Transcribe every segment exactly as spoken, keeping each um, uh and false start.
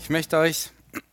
Ich möchte euch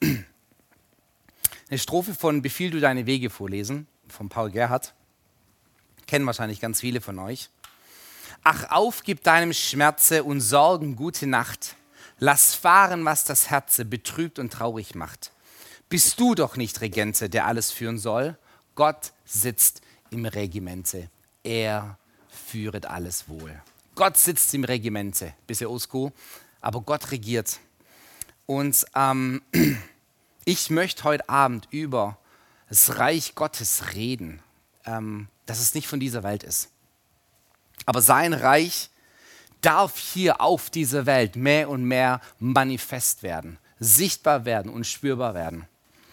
eine Strophe von Befiehl du deine Wege vorlesen, von Paul Gerhardt. Kennen wahrscheinlich ganz viele von euch. Ach, auf, gib deinem Schmerze und Sorgen gute Nacht. Lass fahren, was das Herze betrübt und traurig macht. Bist du doch nicht Regente, der alles führen soll? Gott sitzt im Regimente. Er führet alles wohl. Gott sitzt im Regimente. Bisschen oldschool, aber Gott regiert. Und ähm, ich möchte heute Abend über das Reich Gottes reden, ähm, dass es nicht von dieser Welt ist. Aber sein Reich darf hier auf dieser Welt mehr und mehr manifest werden, sichtbar werden und spürbar werden.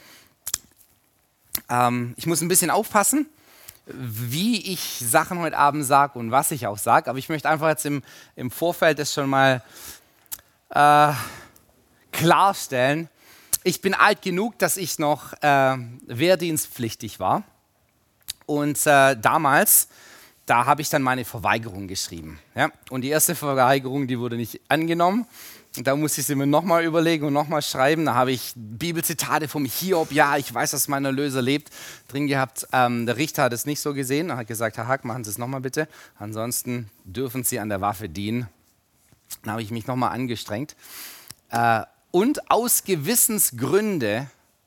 Ähm, ich muss ein bisschen aufpassen, wie ich Sachen heute Abend sage und was ich auch sage, aber ich möchte einfach jetzt im, im Vorfeld das schon mal äh, klarstellen. Ich bin alt genug, dass ich noch äh, wehrdienstpflichtig war und äh, damals, da habe ich dann meine Verweigerung geschrieben. Ja? Und die erste Verweigerung, die wurde nicht angenommen. Da musste ich sie mir nochmal überlegen und nochmal schreiben. Da habe ich Bibelzitate vom Hiob, ja, ich weiß, dass mein Erlöser lebt, drin gehabt. Ähm, der Richter hat es nicht so gesehen. Er hat gesagt, Herr Hack, machen Sie es nochmal bitte. Ansonsten dürfen Sie an der Waffe dienen. Dann habe ich mich nochmal angestrengt. Äh, und aus Gewissensgründe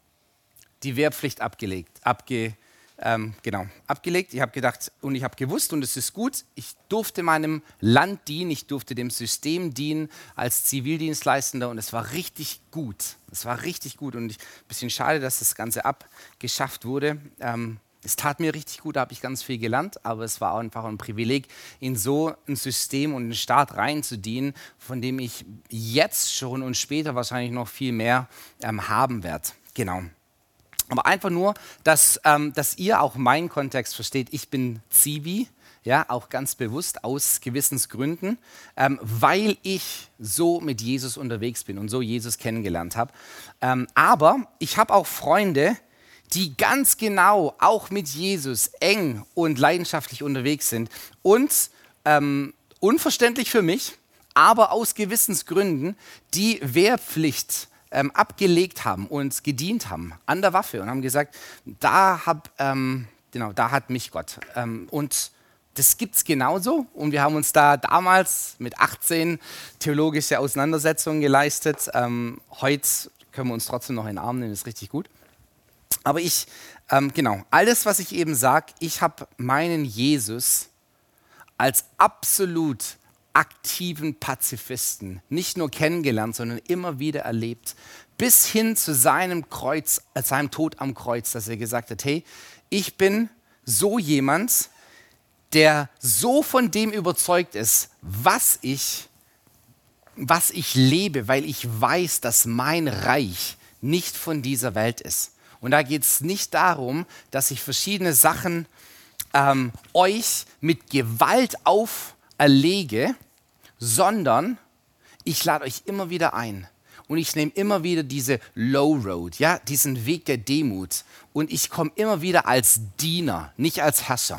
die Wehrpflicht abgelegt, abge, ähm, genau, abgelegt. Ich habe gedacht und ich habe gewusst und es ist gut, ich durfte meinem Land dienen, ich durfte dem System dienen als Zivildienstleistender und es war richtig gut. Es war richtig gut und ein bisschen schade, dass das Ganze abgeschafft wurde. Ähm, es tat mir richtig gut, da habe ich ganz viel gelernt, aber es war auch einfach ein Privileg, in so ein System und einen Staat reinzudienen, von dem ich jetzt schon und später wahrscheinlich noch viel mehr ähm, haben werde. Genau. Aber einfach nur, dass, ähm, dass ihr auch meinen Kontext versteht. Ich bin Zivi, ja, auch ganz bewusst aus Gewissensgründen, ähm, weil ich so mit Jesus unterwegs bin und so Jesus kennengelernt habe. Ähm, aber ich habe auch Freunde, die ganz genau auch mit Jesus eng und leidenschaftlich unterwegs sind und ähm, unverständlich für mich, aber aus Gewissensgründen die Wehrpflicht ähm, abgelegt haben und gedient haben an der Waffe und haben gesagt, da, hab, ähm, genau, da hat mich Gott. Ähm, und das gibt es genauso und wir haben uns da damals mit achtzehn theologische Auseinandersetzungen geleistet. Ähm, heute können wir uns trotzdem noch in den Arm nehmen, das ist richtig gut. Aber ich, ähm, genau, alles, was ich eben sage, ich habe meinen Jesus als absolut aktiven Pazifisten nicht nur kennengelernt, sondern immer wieder erlebt, bis hin zu seinem Kreuz, äh, seinem Tod am Kreuz, dass er gesagt hat, hey, ich bin so jemand, der so von dem überzeugt ist, was ich, was ich lebe, weil ich weiß, dass mein Reich nicht von dieser Welt ist. Und da geht es nicht darum, dass ich verschiedene Sachen ähm, euch mit Gewalt auferlege, sondern ich lade euch immer wieder ein. Und ich nehme immer wieder diese Low Road, ja, diesen Weg der Demut. Und ich komme immer wieder als Diener, nicht als Herrscher.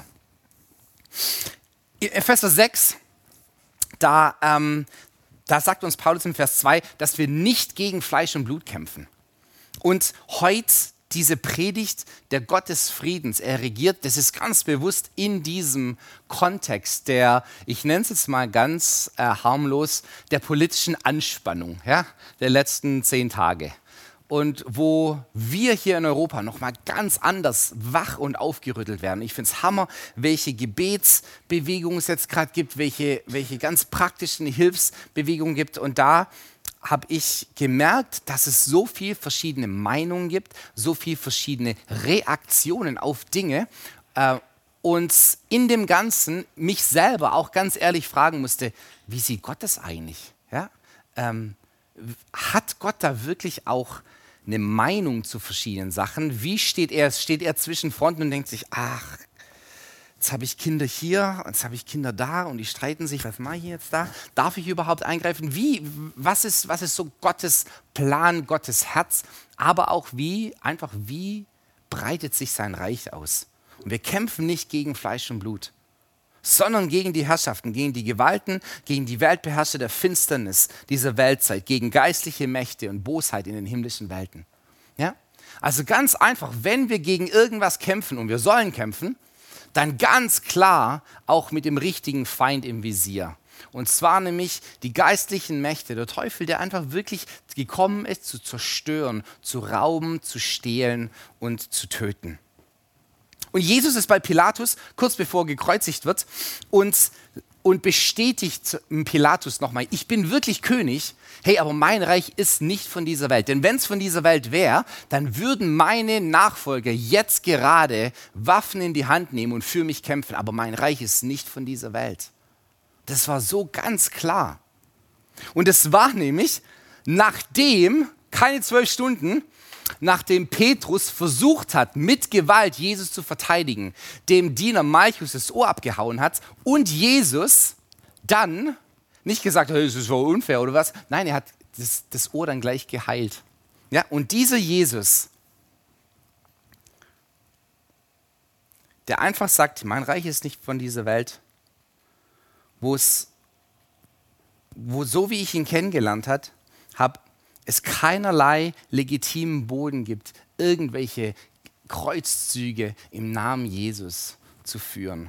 In Epheser sechs, da, ähm, da sagt uns Paulus im Vers zwei, dass wir nicht gegen Fleisch und Blut kämpfen. Und heute diese Predigt, der Gott des Friedens, er regiert, das ist ganz bewusst in diesem Kontext der, ich nenne es jetzt mal ganz äh, harmlos, der politischen Anspannung, ja, der letzten zehn Tage. Und wo wir hier in Europa nochmal ganz anders wach und aufgerüttelt werden. Ich finde es Hammer, welche Gebetsbewegungen es jetzt gerade gibt, welche, welche ganz praktischen Hilfsbewegungen gibt. Und da habe ich gemerkt, dass es so viele verschiedene Meinungen gibt, so viele verschiedene Reaktionen auf Dinge äh, und in dem Ganzen mich selber auch ganz ehrlich fragen musste, wie sieht Gott das eigentlich? Ja? Ähm, hat Gott da wirklich auch eine Meinung zu verschiedenen Sachen? Wie steht er? Steht er zwischen Fronten und denkt sich, ach, jetzt habe ich Kinder hier, jetzt habe ich Kinder da und die streiten sich, was mache ich jetzt da? Darf ich überhaupt eingreifen? Wie, was ist, was ist so Gottes Plan, Gottes Herz? Aber auch wie, einfach wie breitet sich sein Reich aus? Und wir kämpfen nicht gegen Fleisch und Blut, sondern gegen die Herrschaften, gegen die Gewalten, gegen die Weltbeherrscher der Finsternis dieser Weltzeit, gegen geistliche Mächte und Bosheit in den himmlischen Welten. Ja? Also ganz einfach, wenn wir gegen irgendwas kämpfen und wir sollen kämpfen, dann ganz klar auch mit dem richtigen Feind im Visier. Und zwar nämlich die geistlichen Mächte, der Teufel, der einfach wirklich gekommen ist, zu zerstören, zu rauben, zu stehlen und zu töten. Und Jesus ist bei Pilatus, kurz bevor er gekreuzigt wird, und, und bestätigt Pilatus nochmal, ich bin wirklich König, hey, aber mein Reich ist nicht von dieser Welt. Denn wenn es von dieser Welt wäre, dann würden meine Nachfolger jetzt gerade Waffen in die Hand nehmen und für mich kämpfen. Aber mein Reich ist nicht von dieser Welt. Das war so ganz klar. Und es war nämlich, nachdem, keine zwölf Stunden, nachdem Petrus versucht hat, mit Gewalt Jesus zu verteidigen, dem Diener Malchus das Ohr abgehauen hat und Jesus dann nicht gesagt hat, hey, das ist so unfair oder was. Nein, er hat das, das Ohr dann gleich geheilt. Ja, und dieser Jesus, der einfach sagt, mein Reich ist nicht von dieser Welt, wo es, wo so wie ich ihn kennengelernt habe, es keinerlei legitimen Boden gibt, irgendwelche Kreuzzüge im Namen Jesus zu führen.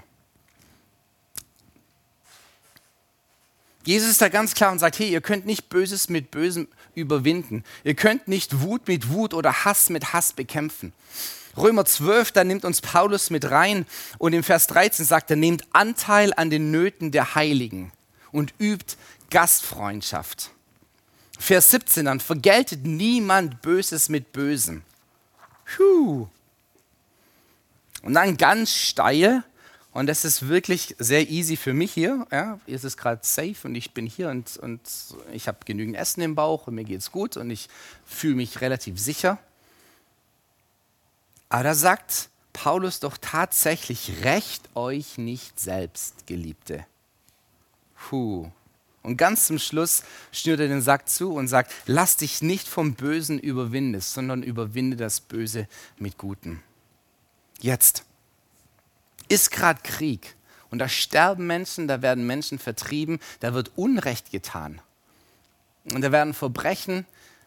Jesus ist da ganz klar und sagt, hey, ihr könnt nicht Böses mit Bösem überwinden. Ihr könnt nicht Wut mit Wut oder Hass mit Hass bekämpfen. Römer zwölf, da nimmt uns Paulus mit rein und im Vers dreizehn sagt er, nehmt Anteil an den Nöten der Heiligen und übt Gastfreundschaft. Vers siebzehn dann, vergeltet niemand Böses mit Bösem. Puh. Und dann ganz steil, und das ist wirklich sehr easy für mich hier, ja, ist es gerade safe und ich bin hier und, und ich habe genügend Essen im Bauch und mir geht es gut und ich fühle mich relativ sicher. Aber da sagt Paulus doch tatsächlich, rächt euch nicht selbst, Geliebte. Puh. Und ganz zum Schluss schnürt er den Sack zu und sagt, lass dich nicht vom Bösen überwinden, sondern überwinde das Böse mit Gutem. Jetzt ist gerade Krieg und da sterben Menschen, da werden Menschen vertrieben, da wird Unrecht getan. Und da werden Verbrechen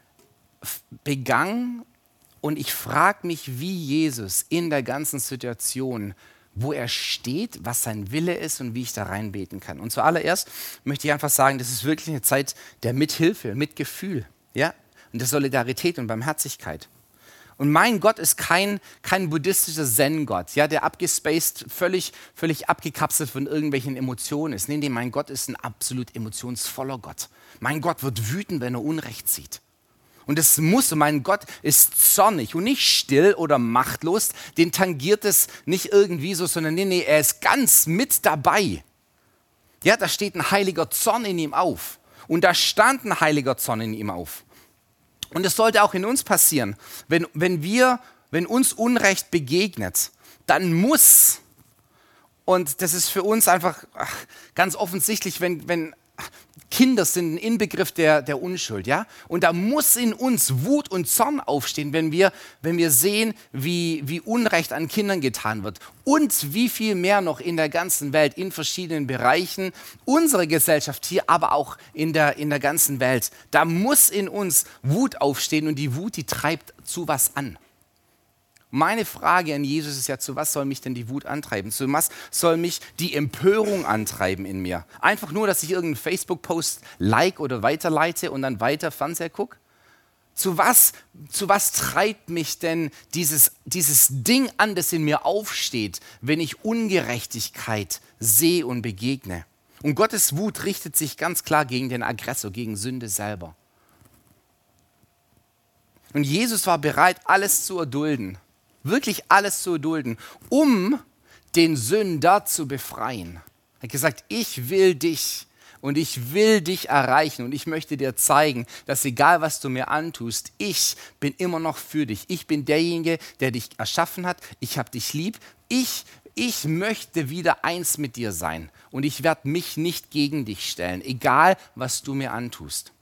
begangen. Und ich frage mich, wie Jesus in der ganzen Situation, wo er steht, was sein Wille ist und wie ich da reinbeten kann. Und zuallererst möchte ich einfach sagen, das ist wirklich eine Zeit der Mithilfe, Mitgefühl, ja, und der Solidarität und Barmherzigkeit. Und mein Gott ist kein, kein buddhistischer Zen-Gott, ja, der abgespaced, völlig, völlig abgekapselt von irgendwelchen Emotionen ist. Nee, nee, mein Gott ist ein absolut emotionsvoller Gott. Mein Gott wird wütend, wenn er Unrecht sieht. Und es muss, mein Gott ist zornig und nicht still oder machtlos, den tangiert es nicht irgendwie so, sondern nee, nee, er ist ganz mit dabei. Ja, da steht ein heiliger Zorn in ihm auf. Und da stand ein heiliger Zorn in ihm auf. Und es sollte auch in uns passieren, wenn, wenn wir, wenn uns Unrecht begegnet, dann muss, und das ist für uns einfach ach, ganz offensichtlich, wenn, wenn Kinder sind ein Inbegriff der, der Unschuld, ja? Und da muss in uns Wut und Zorn aufstehen, wenn wir, wenn wir sehen, wie, wie Unrecht an Kindern getan wird. Und wie viel mehr noch in der ganzen Welt, in verschiedenen Bereichen unserer Gesellschaft hier, aber auch in der, in der ganzen Welt. Da muss in uns Wut aufstehen und die Wut, die treibt zu was an. Meine Frage an Jesus ist ja, zu was soll mich denn die Wut antreiben? Zu was soll mich die Empörung antreiben in mir? Einfach nur, dass ich irgendeinen Facebook-Post like oder weiterleite und dann weiter Fernseher gucke? Zu was, zu was treibt mich denn dieses, dieses Ding an, das in mir aufsteht, wenn ich Ungerechtigkeit sehe und begegne? Und Gottes Wut richtet sich ganz klar gegen den Aggressor, gegen Sünde selber. Und Jesus war bereit, alles zu erdulden. Wirklich alles zu erdulden, um den Sünder zu befreien. Er hat gesagt, ich will dich und ich will dich erreichen und ich möchte dir zeigen, dass egal was du mir antust, ich bin immer noch für dich. Ich bin derjenige, der dich erschaffen hat. Ich habe dich lieb. Ich, ich möchte wieder eins mit dir sein und ich werde mich nicht gegen dich stellen, egal was du mir antust.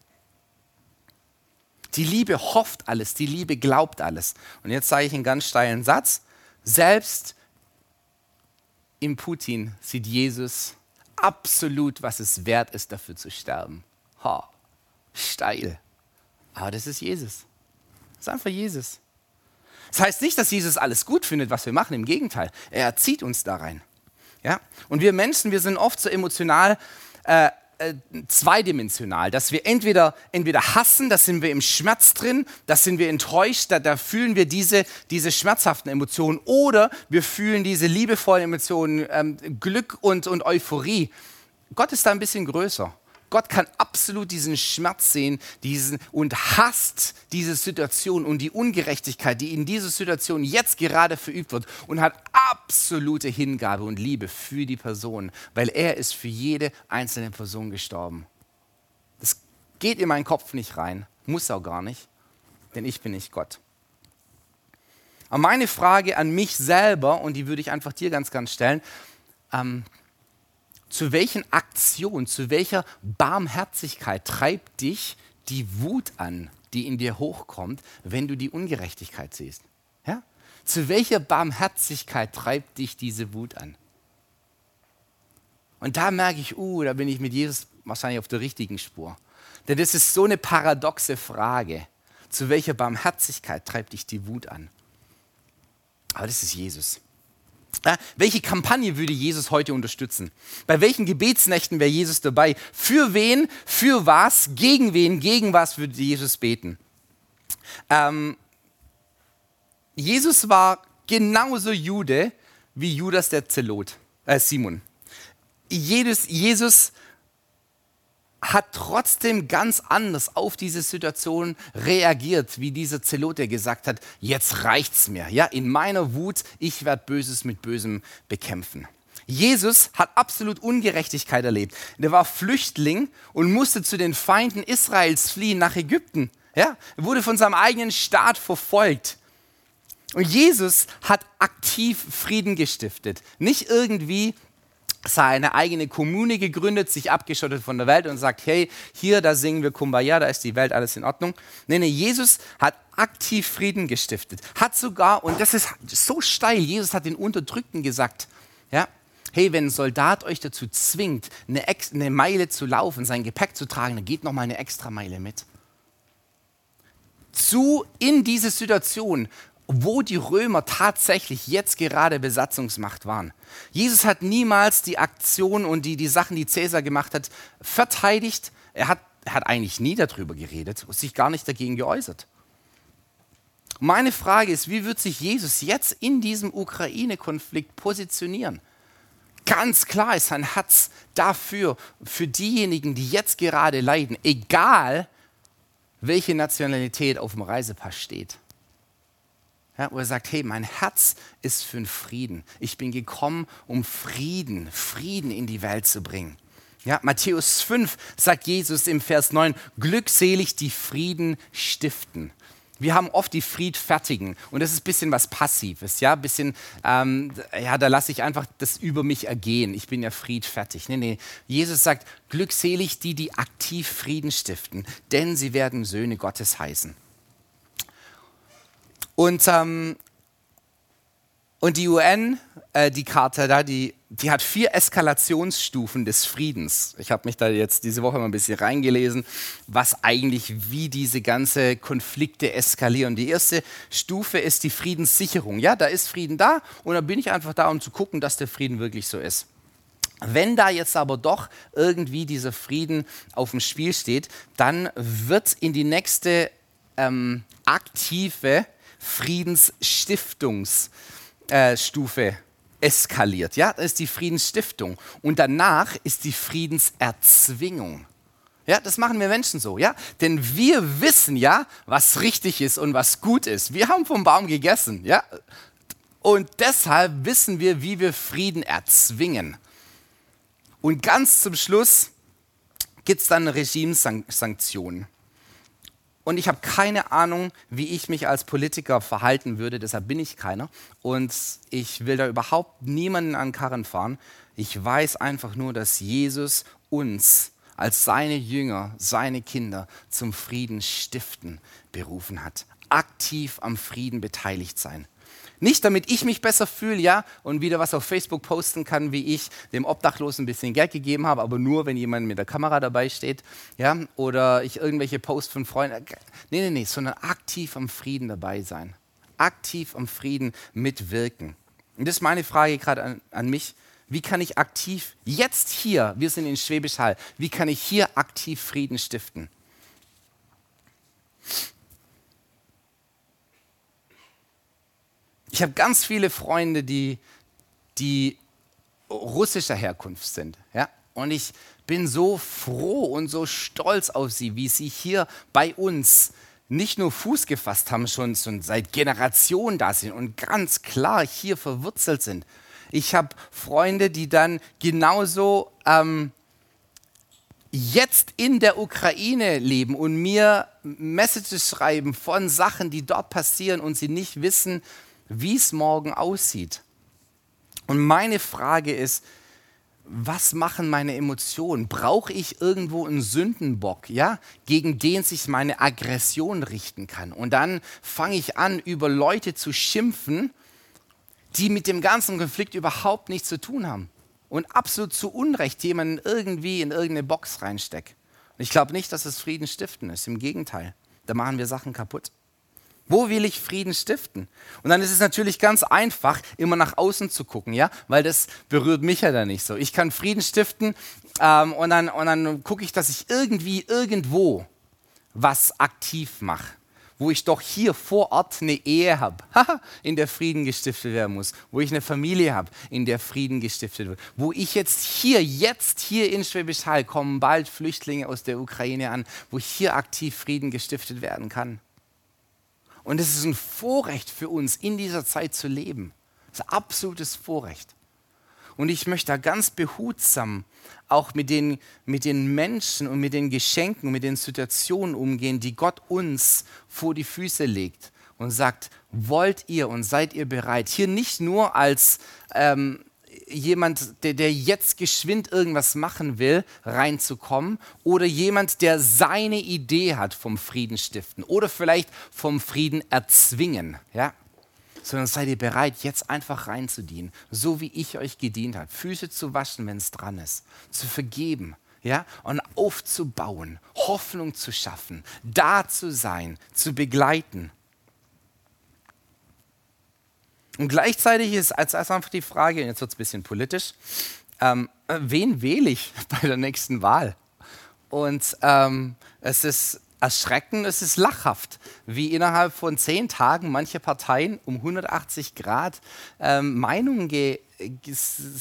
Die Liebe hofft alles, die Liebe glaubt alles. Und jetzt sage ich einen ganz steilen Satz. Selbst im Putin sieht Jesus absolut, was es wert ist, dafür zu sterben. Ha, steil. Aber das ist Jesus. Das ist einfach Jesus. Das heißt nicht, dass Jesus alles gut findet, was wir machen. Im Gegenteil, er erzieht uns da rein. Ja? Und wir Menschen, wir sind oft so emotional äh, äh, zweidimensional, dass wir entweder, entweder hassen, da sind wir im Schmerz drin, da sind wir enttäuscht, da, da fühlen wir diese, diese schmerzhaften Emotionen, oder wir fühlen diese liebevollen Emotionen, ähm, Glück und, und Euphorie. Gott ist da ein bisschen größer. Gott kann absolut diesen Schmerz sehen diesen, und hasst diese Situation und die Ungerechtigkeit, die in dieser Situation jetzt gerade verübt wird, und hat absolute Hingabe und Liebe für die Person, weil er ist für jede einzelne Person gestorben. Das geht in meinen Kopf nicht rein, muss auch gar nicht, denn ich bin nicht Gott. Aber meine Frage an mich selber, und die würde ich einfach dir ganz, ganz stellen, ähm, zu welchen Aktionen, zu welcher Barmherzigkeit treibt dich die Wut an, die in dir hochkommt, wenn du die Ungerechtigkeit siehst? Ja? Zu welcher Barmherzigkeit treibt dich diese Wut an? Und da merke ich, uh, da bin ich mit Jesus wahrscheinlich auf der richtigen Spur. Denn das ist so eine paradoxe Frage. Zu welcher Barmherzigkeit treibt dich die Wut an? Aber das ist Jesus. Ja, welche Kampagne würde Jesus heute unterstützen? Bei welchen Gebetsnächten wäre Jesus dabei? Für wen, für was, gegen wen, gegen was würde Jesus beten? Ähm, Jesus war genauso Jude wie Judas der Zelot, äh, Simon. Jesus, Jesus hat trotzdem ganz anders auf diese Situation reagiert, wie dieser Zelot, der gesagt hat, jetzt reicht's mir. Ja, in meiner Wut, ich werde Böses mit Bösem bekämpfen. Jesus hat absolut Ungerechtigkeit erlebt. Der war Flüchtling und musste zu den Feinden Israels fliehen nach Ägypten. Ja, er wurde von seinem eigenen Staat verfolgt. Und Jesus hat aktiv Frieden gestiftet. Nicht irgendwie seine eigene Kommune gegründet, sich abgeschottet von der Welt und sagt, hey, hier, da singen wir Kumbaya, da ist die Welt, alles in Ordnung. Nee, nee, Jesus hat aktiv Frieden gestiftet. Hat sogar, und das ist so steil, Jesus hat den Unterdrückten gesagt, ja, hey, wenn ein Soldat euch dazu zwingt, eine, Ex- eine Meile zu laufen, sein Gepäck zu tragen, dann geht noch mal eine extra Meile mit. Zu, in diese Situation, wo die Römer tatsächlich jetzt gerade Besatzungsmacht waren. Jesus hat niemals die Aktion und die, die Sachen, die Cäsar gemacht hat, verteidigt. Er hat, er hat eigentlich nie darüber geredet und sich gar nicht dagegen geäußert. Meine Frage ist, wie wird sich Jesus jetzt in diesem Ukraine-Konflikt positionieren? Ganz klar ist sein Herz dafür, für diejenigen, die jetzt gerade leiden, egal welche Nationalität auf dem Reisepass steht. Ja, wo er sagt, hey, mein Herz ist für den Frieden. Ich bin gekommen, um Frieden, Frieden in die Welt zu bringen. Ja, Matthäus fünf sagt Jesus im Vers neun, glückselig die Frieden stiften. Wir haben oft die Friedfertigen und das ist ein bisschen was Passives, ja, ein bisschen, ähm, ja, da lasse ich einfach das über mich ergehen. Ich bin ja friedfertig. Nee, nee. Jesus sagt, glückselig die, die aktiv Frieden stiften, denn sie werden Söhne Gottes heißen. Und, ähm, und die U N, äh, die Charta da, die, die hat vier Eskalationsstufen des Friedens. Ich habe mich da jetzt diese Woche mal ein bisschen reingelesen, was eigentlich, wie diese ganze Konflikte eskalieren. Die erste Stufe ist die Friedenssicherung. Ja, da ist Frieden da und da bin ich einfach da, um zu gucken, dass der Frieden wirklich so ist. Wenn da jetzt aber doch irgendwie dieser Frieden auf dem Spiel steht, dann wird in die nächste ähm, aktive Friedensstiftungsstufe äh, eskaliert. Ja, das ist die Friedensstiftung. Und danach ist die Friedenserzwingung. Ja, das machen wir Menschen so, ja. Denn wir wissen ja, was richtig ist und was gut ist. Wir haben vom Baum gegessen, ja. Und deshalb wissen wir, wie wir Frieden erzwingen. Und ganz zum Schluss gibt es dann Regimesanktionen. Und ich habe keine Ahnung, wie ich mich als Politiker verhalten würde, deshalb bin ich keiner. Und ich will da überhaupt niemanden an den Karren fahren. Ich weiß einfach nur, dass Jesus uns als seine Jünger, seine Kinder zum Frieden stiften berufen hat. Aktiv am Frieden beteiligt sein. Nicht, damit ich mich besser fühle, ja, und wieder was auf Facebook posten kann, wie ich dem Obdachlosen ein bisschen Geld gegeben habe, aber nur, wenn jemand mit der Kamera dabei steht, ja, oder ich irgendwelche Posts von Freunden. Nee, nee, nee, sondern aktiv am Frieden dabei sein. Aktiv am Frieden mitwirken. Und das ist meine Frage gerade an, an mich. Wie kann ich aktiv, jetzt hier, wir sind in Schwäbisch Hall, wie kann ich hier aktiv Frieden stiften? Ich habe ganz viele Freunde, die, die russischer Herkunft sind. Ja? Und ich bin so froh und so stolz auf sie, wie sie hier bei uns nicht nur Fuß gefasst haben, schon, schon seit Generationen da sind und ganz klar hier verwurzelt sind. Ich habe Freunde, die dann genauso ähm, jetzt in der Ukraine leben und mir Messages schreiben von Sachen, die dort passieren und sie nicht wissen, wie es morgen aussieht. Und meine Frage ist, was machen meine Emotionen? Brauche ich irgendwo einen Sündenbock, ja, gegen den sich meine Aggression richten kann? Und dann fange ich an, über Leute zu schimpfen, die mit dem ganzen Konflikt überhaupt nichts zu tun haben. Und absolut zu Unrecht jemanden irgendwie in irgendeine Box reinstecke. Und ich glaube nicht, dass es Frieden stiften ist. Im Gegenteil, da machen wir Sachen kaputt. Wo will ich Frieden stiften? Und dann ist es natürlich ganz einfach, immer nach außen zu gucken, ja, weil das berührt mich ja dann nicht so. Ich kann Frieden stiften ähm, und dann, und dann gucke ich, dass ich irgendwie irgendwo was aktiv mache, wo ich doch hier vor Ort eine Ehe habe, in der Frieden gestiftet werden muss, wo ich eine Familie habe, in der Frieden gestiftet wird, wo ich jetzt hier, jetzt hier in Schwäbisch Hall kommen bald Flüchtlinge aus der Ukraine an, wo hier aktiv Frieden gestiftet werden kann. Und es ist ein Vorrecht für uns, in dieser Zeit zu leben. Das ist ein absolutes Vorrecht. Und ich möchte da ganz behutsam auch mit den, mit den Menschen und mit den Geschenken und mit den Situationen umgehen, die Gott uns vor die Füße legt und sagt, wollt ihr und seid ihr bereit, hier nicht nur als ähm, jemand, der, der jetzt geschwind irgendwas machen will, reinzukommen oder jemand, der seine Idee hat vom Frieden stiften oder vielleicht vom Frieden erzwingen, ja? Sondern seid ihr bereit, jetzt einfach reinzudienen, so wie ich euch gedient habe, Füße zu waschen, wenn es dran ist, zu vergeben, ja? Und aufzubauen, Hoffnung zu schaffen, da zu sein, zu begleiten. Und gleichzeitig ist als einfach die Frage, jetzt wird es ein bisschen politisch, ähm, wen wähle ich bei der nächsten Wahl? Und ähm, es ist erschreckend, es ist lachhaft, wie innerhalb von zehn Tagen manche Parteien um hundertachtzig Grad ähm, Meinungen, ge ich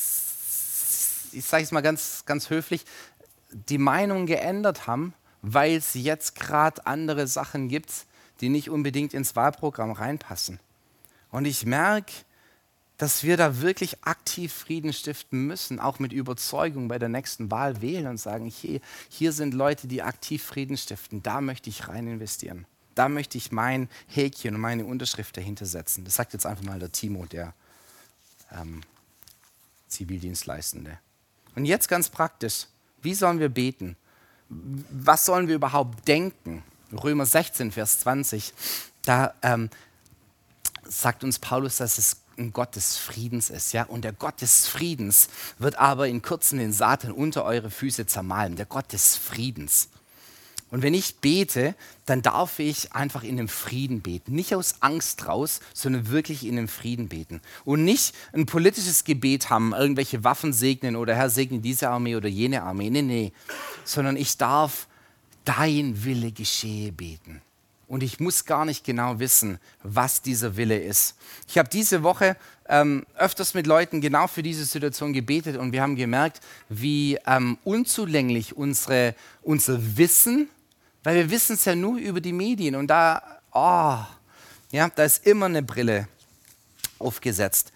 sage es mal ganz, ganz höflich, die Meinung geändert haben, weil es jetzt gerade andere Sachen gibt, die nicht unbedingt ins Wahlprogramm reinpassen. Und ich merke, dass wir da wirklich aktiv Frieden stiften müssen, auch mit Überzeugung bei der nächsten Wahl wählen und sagen, hier, hier sind Leute, die aktiv Frieden stiften, da möchte ich rein investieren. Da möchte ich mein Häkchen und meine Unterschrift dahinter setzen. Das sagt jetzt einfach mal der Timo, der ähm, Zivildienstleistende. Und jetzt ganz praktisch, wie sollen wir beten? Was sollen wir überhaupt denken? Römer sechzehn, Vers zwanzig, da ähm, sagt uns Paulus, dass es ein Gott des Friedens ist. Ja? Und der Gott des Friedens wird aber in Kürzen den Satan unter eure Füße zermalmen. Der Gott des Friedens. Und wenn ich bete, dann darf ich einfach in dem Frieden beten. Nicht aus Angst raus, sondern wirklich in dem Frieden beten. Und nicht ein politisches Gebet haben, irgendwelche Waffen segnen oder Herr segne diese Armee oder jene Armee. Nee, nee. Sondern ich darf dein Wille geschehe beten. Und ich muss gar nicht genau wissen, was dieser Wille ist. Ich habe diese Woche ähm, öfters mit Leuten genau für diese Situation gebetet und wir haben gemerkt, wie ähm, unzulänglich unsere, unser Wissen, weil wir wissen es ja nur über die Medien und da, oh, ja, da ist immer eine Brille aufgesetzt.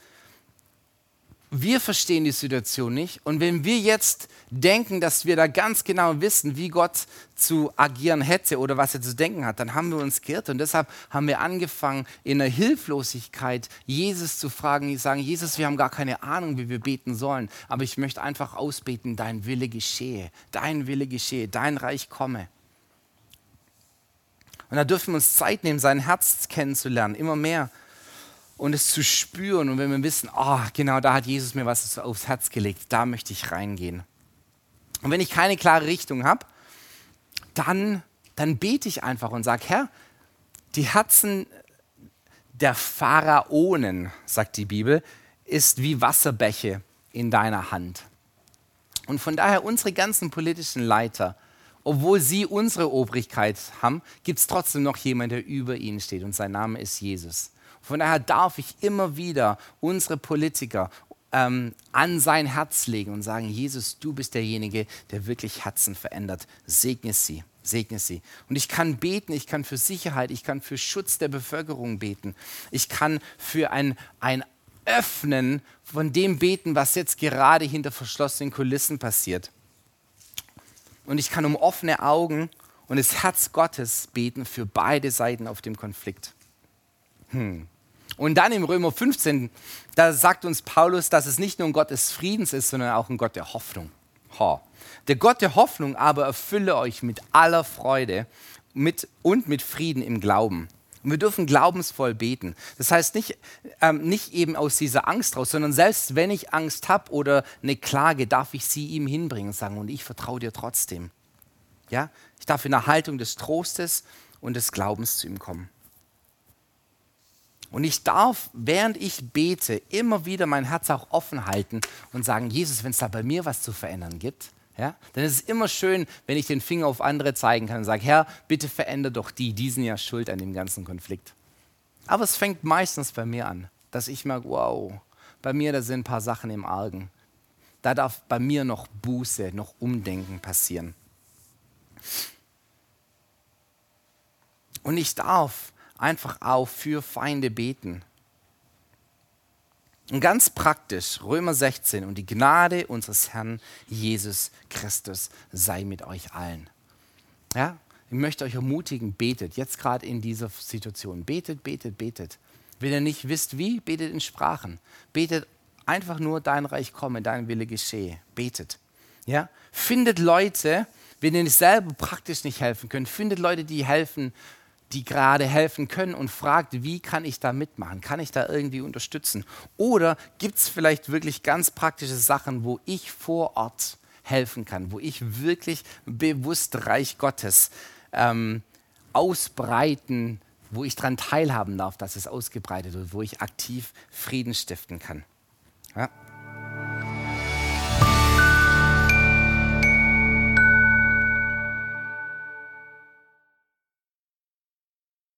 Wir verstehen die Situation nicht und wenn wir jetzt denken, dass wir da ganz genau wissen, wie Gott zu agieren hätte oder was er zu denken hat, dann haben wir uns geirrt und deshalb haben wir angefangen, in der Hilflosigkeit Jesus zu fragen, die sagen, Jesus, wir haben gar keine Ahnung, wie wir beten sollen, aber ich möchte einfach ausbeten, dein Wille geschehe, dein Wille geschehe, dein Reich komme. Und da dürfen wir uns Zeit nehmen, sein Herz kennenzulernen, immer mehr. und es zu spüren und wenn wir wissen, oh, genau da hat Jesus mir was aufs Herz gelegt, da möchte ich reingehen. Und wenn ich keine klare Richtung habe, dann, dann bete ich einfach und sage, Herr, die Herzen der Pharaonen, sagt die Bibel, ist wie Wasserbäche in deiner Hand. Und von daher unsere ganzen politischen Leiter, obwohl sie unsere Obrigkeit haben, gibt es trotzdem noch jemanden, der über ihnen steht und sein Name ist Jesus. Von daher darf ich immer wieder unsere Politiker ähm, an sein Herz legen und sagen, Jesus, du bist derjenige, der wirklich Herzen verändert. Segne sie, segne sie. Und ich kann beten, ich kann für Sicherheit, ich kann für Schutz der Bevölkerung beten. Ich kann für ein, ein Öffnen von dem beten, was jetzt gerade hinter verschlossenen Kulissen passiert. Und ich kann um offene Augen und das Herz Gottes beten für beide Seiten auf dem Konflikt. Hm. Und dann im Römer fünfzehn, da sagt uns Paulus, dass es nicht nur ein Gott des Friedens ist, sondern auch ein Gott der Hoffnung. Ha. Der Gott der Hoffnung aber erfülle euch mit aller Freude mit, und mit Frieden im Glauben. Und wir dürfen glaubensvoll beten. Das heißt nicht, ähm, nicht eben aus dieser Angst raus, sondern selbst wenn ich Angst habe oder eine Klage, darf ich sie ihm hinbringen und sagen, und ich vertraue dir trotzdem. Ja? Ich darf in der Haltung des Trostes und des Glaubens zu ihm kommen. Und ich darf, während ich bete, immer wieder mein Herz auch offen halten und sagen, Jesus, wenn es da bei mir was zu verändern gibt, ja, dann ist es immer schön, wenn ich den Finger auf andere zeigen kann und sage, Herr, bitte verändere doch die, die sind ja schuld an dem ganzen Konflikt. Aber es fängt meistens bei mir an, dass ich merke, wow, bei mir da sind ein paar Sachen im Argen. Da darf bei mir noch Buße, noch Umdenken passieren. Und ich darf einfach auch für Feinde beten. Und ganz praktisch, Römer sechzehn, und die Gnade unseres Herrn Jesus Christus sei mit euch allen. Ja? Ich möchte euch ermutigen, betet, jetzt gerade in dieser Situation. Betet, betet, betet. Wenn ihr nicht wisst wie, betet in Sprachen. Betet einfach nur, dein Reich komme, dein Wille geschehe. Betet. Ja? Findet Leute, wenn ihr selber praktisch nicht helfen könnt, findet Leute, die helfen, die gerade helfen können und fragt, wie kann ich da mitmachen? Kann ich da irgendwie unterstützen? Oder gibt es vielleicht wirklich ganz praktische Sachen, wo ich vor Ort helfen kann, wo ich wirklich bewusst Reich Gottes ähm, ausbreiten, wo ich daran teilhaben darf, dass es ausgebreitet wird, wo ich aktiv Frieden stiften kann? Ja?